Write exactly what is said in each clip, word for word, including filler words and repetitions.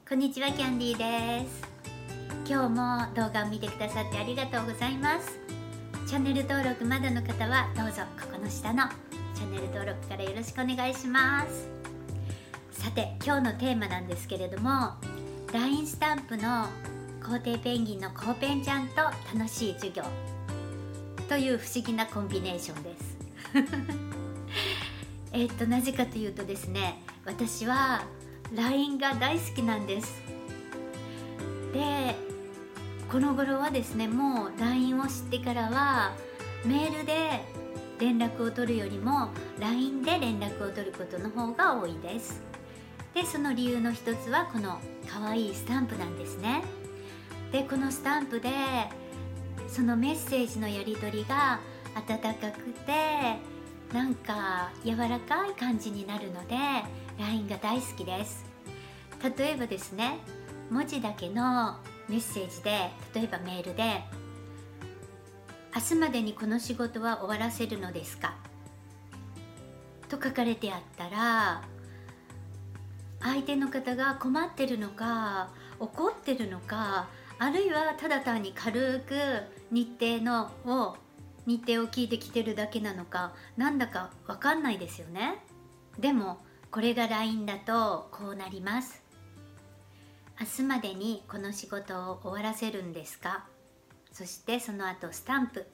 こんにちは、キャンディーです。今日も動画を見てくださってありがとうございます。チャンネル登録まだの方はどうぞここの下のチャンネル登録からよろしくお願いします。さて、今日のテーマなんですけれども、 ライン スタンプの皇帝ペンギンのコウペンちゃんと楽しい授業という不思議なコンビネーションですえっとなぜかというとですね、私は ライン が大好きなんです。で、この頃はですね、もう ライン を知ってからはメールで連絡を取るよりも ライン で連絡を取ることの方が多いです。で、その理由の一つはこの可愛いスタンプなんですね。で、このスタンプでそのメッセージのやり取りが温かくてなんか柔らかい感じになるので ライン が大好きです。例えばですね、文字だけのメッセージで、例えばメールで明日までにこの仕事は終わらせるのですかと書かれてあったら、相手の方が困ってるのか怒ってるのか、あるいはただ単に軽く日程のを日程を聞いてきてるだけなのか、なんだかわかんないですよね。でもこれが ライン だとこうなります。明日までにこの仕事を終わらせるんですか、そしてその後スタンプ。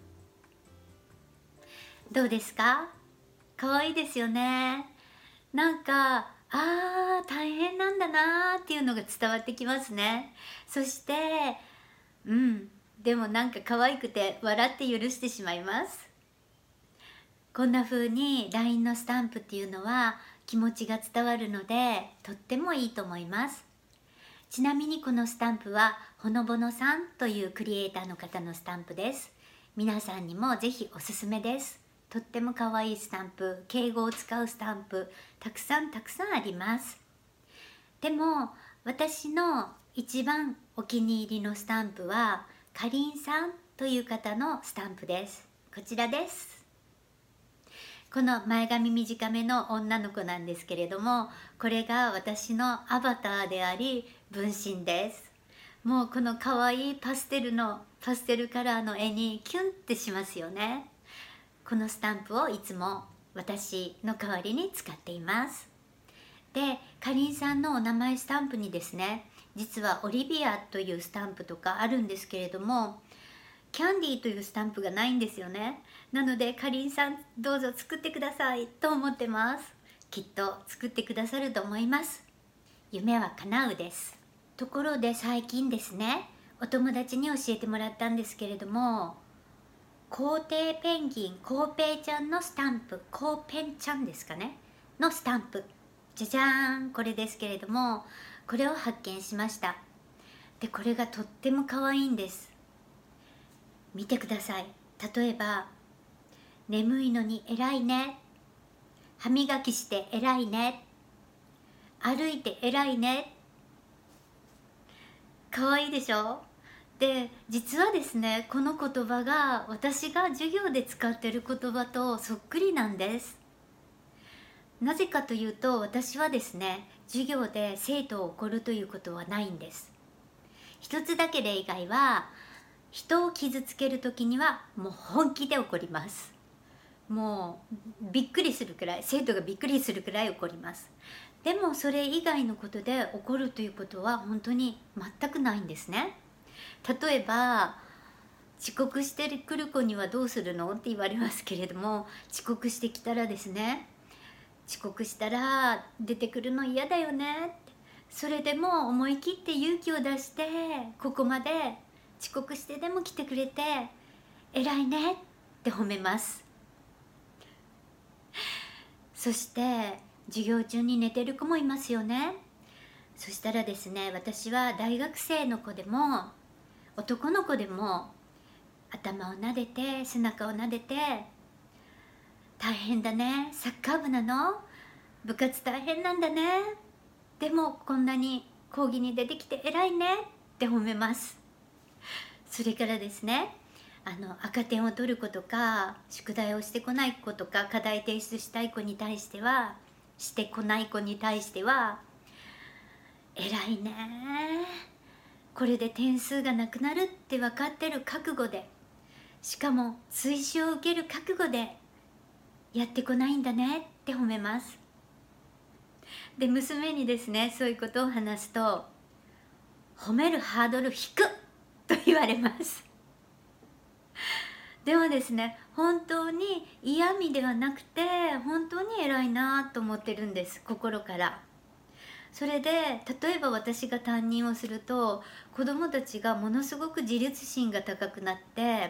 どうですか？かわいいですよね。なんかあー大変なんだなーっていうのが伝わってきますね。そしてうんでもなんか可愛くて笑って許してしまいます。こんな風に ライン のスタンプっていうのは気持ちが伝わるのでとってもいいと思います。ちなみにこのスタンプはほのぼのさんというクリエイターの方のスタンプです。皆さんにもぜひおすすめです。とっても可愛いスタンプ、敬語を使うスタンプ、たくさんたくさんあります。でも私の一番お気に入りのスタンプはかりんさんという方のスタンプです。こちらです。この前髪短めの女の子なんですけれども、これが私のアバターであり分身です。もうこの可愛いパステルのパステルカラーの絵にキュンってしますよね。このスタンプをいつも私の代わりに使っています。で、かりんさんのお名前スタンプにですね、実はオリビアというスタンプとかあるんですけれども、キャンディーというスタンプがないんですよね。なのでかりんさんどうぞ作ってくださいと思ってます。きっと作ってくださると思います。夢は叶うです。ところで最近ですね、お友達に教えてもらったんですけれども、皇帝ペンギンコウペイちゃんのスタンプ、コウペンちゃんですかねのスタンプ、じゃじゃーん、これですけれども、これを発見しました。で、これがとっても可愛いんです。見てください。例えば、眠いのに偉いね、歯磨きして偉いね、歩いて偉いね。可愛いでしょ？で、実はですね、この言葉が私が授業で使っている言葉とそっくりなんです。なぜかというと、私はですね、授業で生徒を怒るということはないんです。一つだけ例外は、人を傷つける時にはもう本気で怒ります。もうびっくりするくらい、生徒がびっくりするくらい怒ります。でもそれ以外のことで怒るということは本当に全くないんですね。例えば、遅刻してくる子にはどうするのって言われますけれども、遅刻してきたらですね、遅刻したら出てくるの嫌だよねって、それでも思い切って勇気を出してここまで遅刻してでも来てくれて偉いねって褒めます。そして授業中に寝てる子もいますよね。そしたらですね、私は大学生の子でも男の子でも頭を撫でて背中を撫でて、大変だね、サッカー部なの、部活大変なんだね、でもこんなに講義に出てきて偉いねって褒めます。それからですね、あの赤点を取る子とか宿題をしてこない子とか課題提出したい子に対してはしてこない子に対しては偉いね。これで点数がなくなるって分かってる覚悟で、しかも追試を受ける覚悟でやってこないんだねって褒めます。で、娘にですね、そういうことを話すと、褒めるハードル低っと言われます。でもですね、本当に嫌味ではなくて本当に偉いなと思ってるんです、心から。それで例えば私が担任をすると、子どもたちがものすごく自立心が高くなって、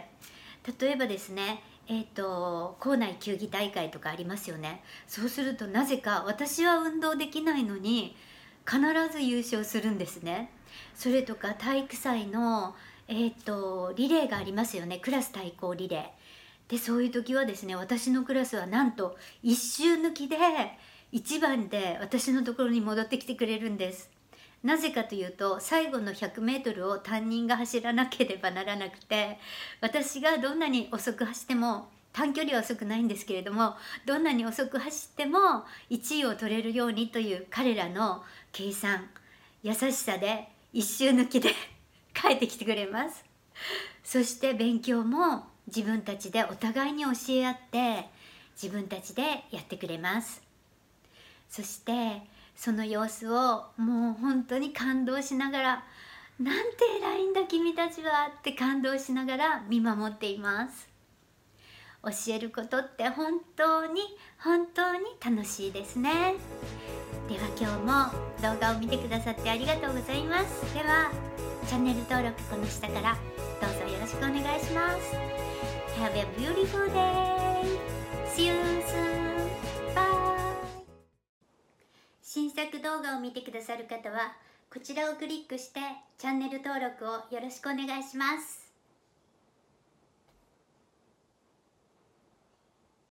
例えばですね、えーと、校内球技大会とかありますよね。そうするとなぜか私は運動できないのに必ず優勝するんですね。それとか体育祭の、えーと、リレーがありますよね、クラス対抗リレーで。そういう時はですね、私のクラスはなんと一周抜きでいちばんで私のところに戻ってきてくれるんです。なぜかというと、最後のひゃくメートルを担任が走らなければならなくて、私がどんなに遅く走っても、短距離は遅くないんですけれども、どんなに遅く走ってもいちいを取れるようにという彼らの計算、優しさで一周抜きで帰ってきてくれます。そして勉強も自分たちでお互いに教え合って自分たちでやってくれます。そしてその様子をもう本当に感動しながら、なんて偉いんだ君たちはって感動しながら見守っています。教えることって本当に本当に楽しいですね。では今日も動画を見てくださってありがとうございます。ではチャンネル登録この下からどうぞよろしくお願いします。Have a beautiful day! See you soon! Bye! 新作動画を見てくださる方はこちらをクリックしてチャンネル登録をよろしくお願いします。